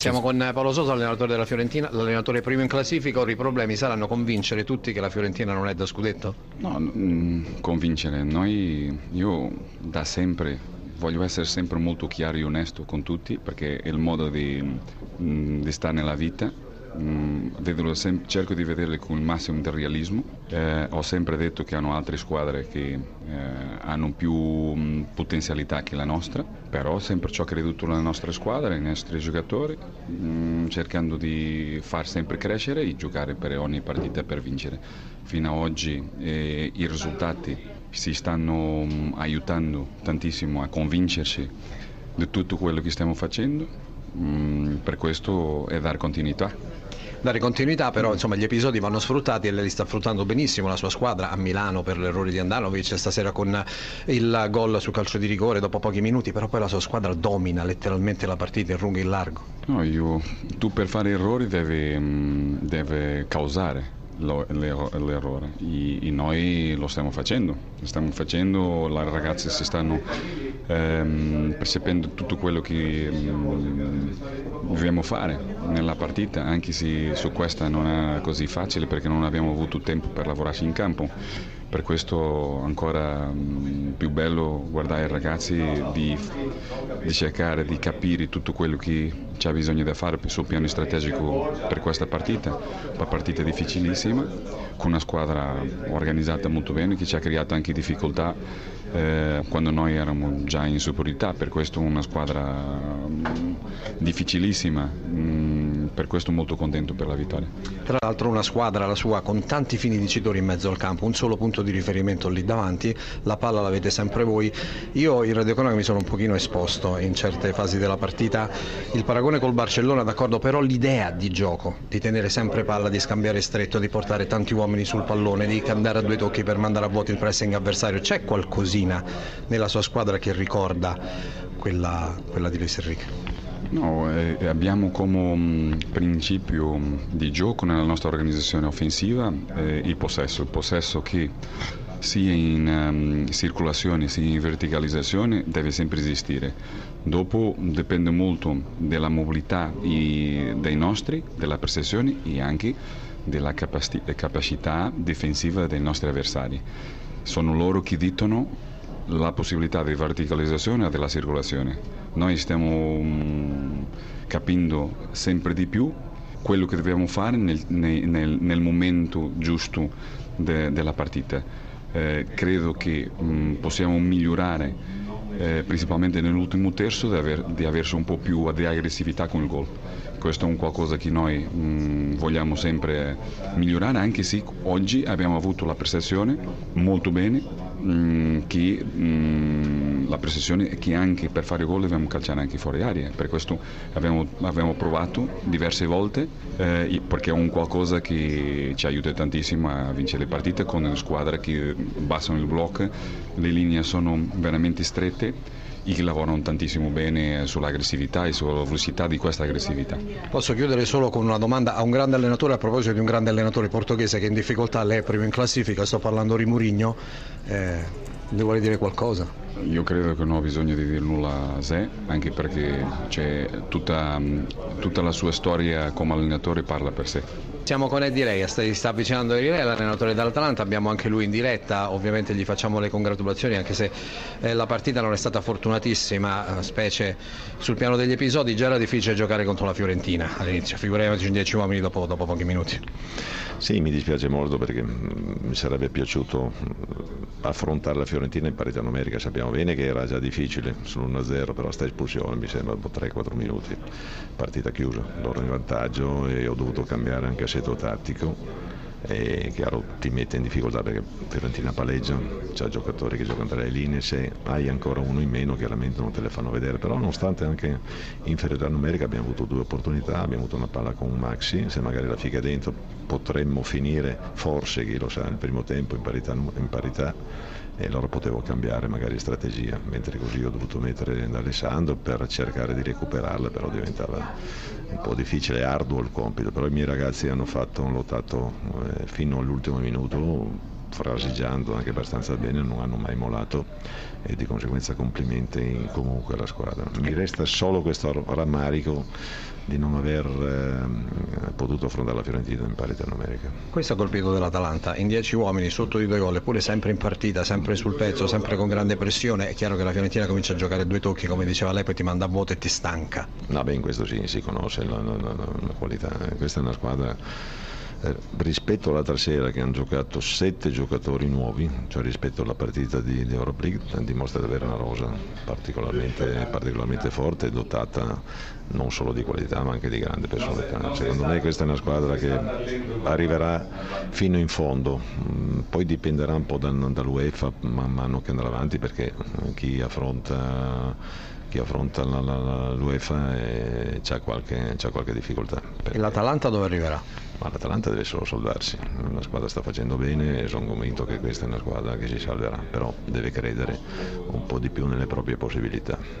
Siamo con Paolo Sosa, allenatore della Fiorentina, l'allenatore primo in classifica. Ora i problemi saranno convincere tutti che la Fiorentina non è da scudetto? No, convincere. Io da sempre voglio essere sempre molto chiaro e onesto con tutti, perché è il modo di stare nella vita. Cerco di vederle con il massimo del realismo. Ho sempre detto che hanno altre squadre che hanno più potenzialità che la nostra, però ho sempre ciò creduto nella nostra squadra, nei nostri giocatori, cercando di far sempre crescere e giocare per ogni partita per vincere. Fino ad oggi i risultati ci stanno aiutando tantissimo a convincerci di tutto quello che stiamo facendo, per questo è dar continuità. Dare continuità, però insomma gli episodi vanno sfruttati e lei li sta sfruttando benissimo la sua squadra a Milano per l'errore di Andanovic, stasera con il gol su calcio di rigore dopo pochi minuti, però poi la sua squadra domina letteralmente la partita in lungo e in largo. No, tu per fare errori deve causare l'errore e noi lo stiamo facendo, le ragazze si stanno percependo tutto quello che dobbiamo fare nella partita, anche se su questa non è così facile perché non abbiamo avuto tempo per lavorarci in campo. Per questo ancora più bello guardare i ragazzi di cercare di capire tutto quello che c'è bisogno di fare sul piano strategico per questa partita, una partita difficilissima, con una squadra organizzata molto bene che ci ha creato anche difficoltà quando noi eravamo già in superiorità. Per questo una squadra difficilissima, per questo molto contento per la vittoria. Tra l'altro una squadra, la sua, con tanti fini dicitori in mezzo al campo, un solo punto di riferimento lì davanti, la palla l'avete sempre voi. Io in radiocronaca mi sono un pochino esposto in certe fasi della partita, il paragone col Barcellona d'accordo, però l'idea di gioco, di tenere sempre palla, di scambiare stretto, di portare tanti uomini sul pallone, di andare a due tocchi per mandare a vuoto il pressing avversario, c'è qualcosina nella sua squadra che ricorda quella di Luis Enrique? No, abbiamo come principio di gioco nella nostra organizzazione offensiva il possesso che sia in circolazione sia in verticalizzazione deve sempre esistere. Dopo dipende molto della mobilità dei nostri, della prestazione e anche della capacità difensiva dei nostri avversari. Sono loro che dicono la possibilità di verticalizzazione e della circolazione. Noi stiamo capendo sempre di più quello che dobbiamo fare nel momento giusto della partita. Credo che possiamo migliorare principalmente nell'ultimo terzo di averci un po' più di aggressività con il gol. Questo è un qualcosa che noi vogliamo sempre migliorare, anche se oggi abbiamo avuto la prestazione molto bene, che la prestazione è che anche per fare gol dobbiamo calciare anche fuori aria. Per questo abbiamo provato diverse volte, perché è un qualcosa che ci aiuta tantissimo a vincere le partite con una squadra che basano il blocco, le linee sono veramente strette e che lavorano tantissimo bene sull'aggressività e sulla velocità di questa aggressività. Posso chiudere solo con una domanda a un grande allenatore, a proposito di un grande allenatore portoghese che è in difficoltà, lei è primo in classifica, sto parlando di Mourinho, le vuole dire qualcosa? Io credo che non ho bisogno di dire nulla a sé, anche perché c'è tutta la sua storia come allenatore parla per sé. Siamo con Eddie Reyes, si sta avvicinando Eddie Reyes, l'allenatore dell'Atalanta, abbiamo anche lui in diretta, ovviamente gli facciamo le congratulazioni anche se la partita non è stata fortunatissima, specie sul piano degli episodi. Già era difficile giocare contro la Fiorentina all'inizio, figuriamoci in 10 uomini dopo pochi minuti. Sì, mi dispiace molto perché mi sarebbe piaciuto affrontare la Fiorentina in parità numerica. Sappiamo bene che era già difficile sull'1-0, però sta espulsione mi sembra dopo 3-4 minuti, partita chiusa, loro in vantaggio e ho dovuto cambiare anche assetto tattico. E chiaro ti mette in difficoltà perché Fiorentina palleggia, c'ha giocatori che giocano tra le linee, se hai ancora uno in meno chiaramente non te le fanno vedere, però nonostante anche inferiorità numerica abbiamo avuto due opportunità, abbiamo avuto una palla con Maxi, se magari la figa dentro potremmo finire forse, chi lo sa, nel primo tempo in parità e allora potevo cambiare magari strategia, mentre così ho dovuto mettere D'Alessandro per cercare di recuperarla, però diventava un po' difficile e arduo il compito. Però i miei ragazzi hanno lottato fino all'ultimo minuto frasiggiando anche abbastanza bene, non hanno mai mollato e di conseguenza complimenti comunque alla squadra. Mi resta solo questo rammarico di non aver potuto affrontare la Fiorentina in parità numerica. Questo ha colpito dell'Atalanta, in 10 uomini, sotto di 2 gol, eppure sempre in partita, sempre sul pezzo, sempre con grande pressione. È chiaro che la Fiorentina comincia a giocare 2 tocchi, come diceva lei, poi ti manda a vuoto e ti stanca. No, beh, in questo sì, si conosce la qualità. Questa è una squadra, rispetto all'altra sera che hanno giocato 7 giocatori nuovi, cioè rispetto alla partita di Europa League, dimostra di avere una rosa particolarmente forte e dotata non solo di qualità ma anche di grande personalità. Secondo me questa è una squadra che arriverà fino in fondo, poi dipenderà un po' dall'UEFA man mano che andrà avanti, perché chi affronta l'UEFA c'ha qualche difficoltà. E l'Atalanta dove arriverà? Ma l'Atalanta deve solo salvarsi, la squadra sta facendo bene e sono convinto che questa è una squadra che si salverà, però deve credere un po' di più nelle proprie possibilità.